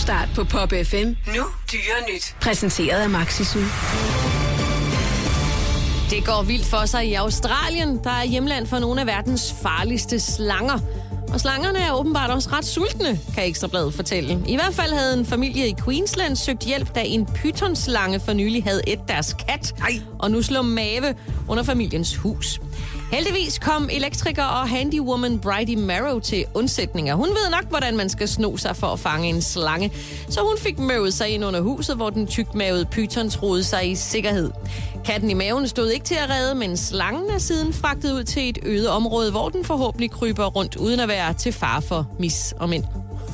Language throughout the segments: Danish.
Topstart på Pop FM. Nu dyre nyt. Præsenteret af Maxisud. Det går vildt for sig i Australien, der er hjemland for nogle af verdens farligste slanger. Og slangerne er åbenbart også ret sultne, kan Ekstrabladet fortælle. I hvert fald havde en familie i Queensland søgt hjælp, da en pythonslange for nylig havde ædt deres kat. Og nu slog mave under familiens hus. Heldigvis kom elektriker og handywoman Bridie Marrow til undsætninger. Hun ved nok, hvordan man skal sno sig for at fange en slange. Så hun fik møvet sig ind under huset, hvor den tykmavede python troede sig i sikkerhed. Katten i maven stod ikke til at redde, men slangen er siden fragtet ud til et øde område, hvor den forhåbentlig kryber rundt uden at være til fare for mis og mænd.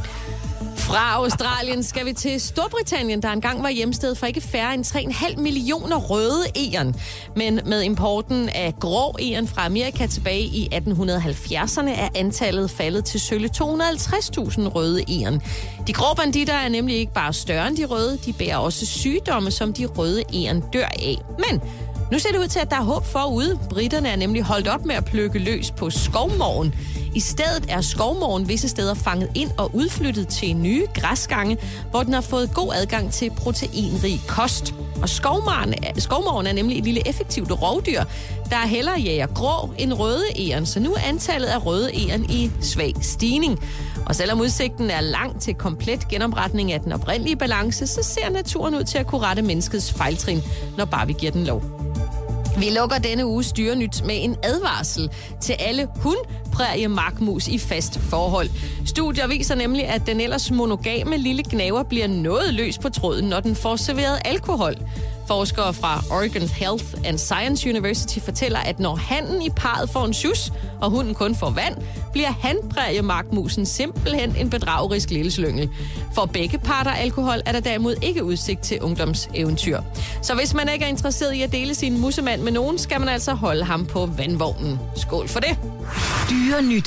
Fra Australien skal vi til Storbritannien, der engang var hjemsted for ikke færre end 3,5 millioner røde egern. Men med importen af grå egern fra Amerika tilbage i 1870'erne er antallet faldet til sølle 250.000 røde egern. De grå banditter er nemlig ikke bare større end de røde, de bærer også sygdomme, som de røde egern dør af. Men nu ser det ud til, at der er håb forude. Briterne er nemlig holdt op med at plukke løs på skovmåren. I stedet er skovmåren visse steder fanget ind og udflyttet til nye græsgange, hvor den har fået god adgang til proteinrig kost. Og skovmåren er nemlig et lille effektivt rovdyr, der hellere jager grå end røde egern, så nu er antallet af røde egern i svag stigning. Og selvom udsigten er lang til komplet genopretning af den oprindelige balance, så ser naturen ud til at kunne rette menneskets fejltrin, når bare vi giver den lov. Vi lukker denne uges dyrenyt med en advarsel til alle hundpræriemarkmus i fast forhold. Studier viser nemlig, at den ellers monogame lille gnaver bliver noget løs på tråden, når den får serveret alkohol. Forskere fra Oregon Health and Science University fortæller, at når hannen i parret får en sjus, og hunden kun får vand, bliver hanpræriemarkmusen simpelthen en bedragerisk lille slyngel. For begge parter alkohol er der derimod ikke udsigt til ungdomseventyr. Så hvis man ikke er interesseret i at dele sin mussemand med nogen, skal man altså holde ham på vandvognen. Skål for det. Dyre nyt.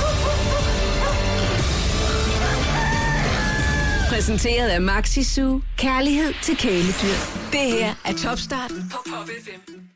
Præsenteret af Maxisud. Kærlighed til kæledyr. Det her er Topstart på Pop FM.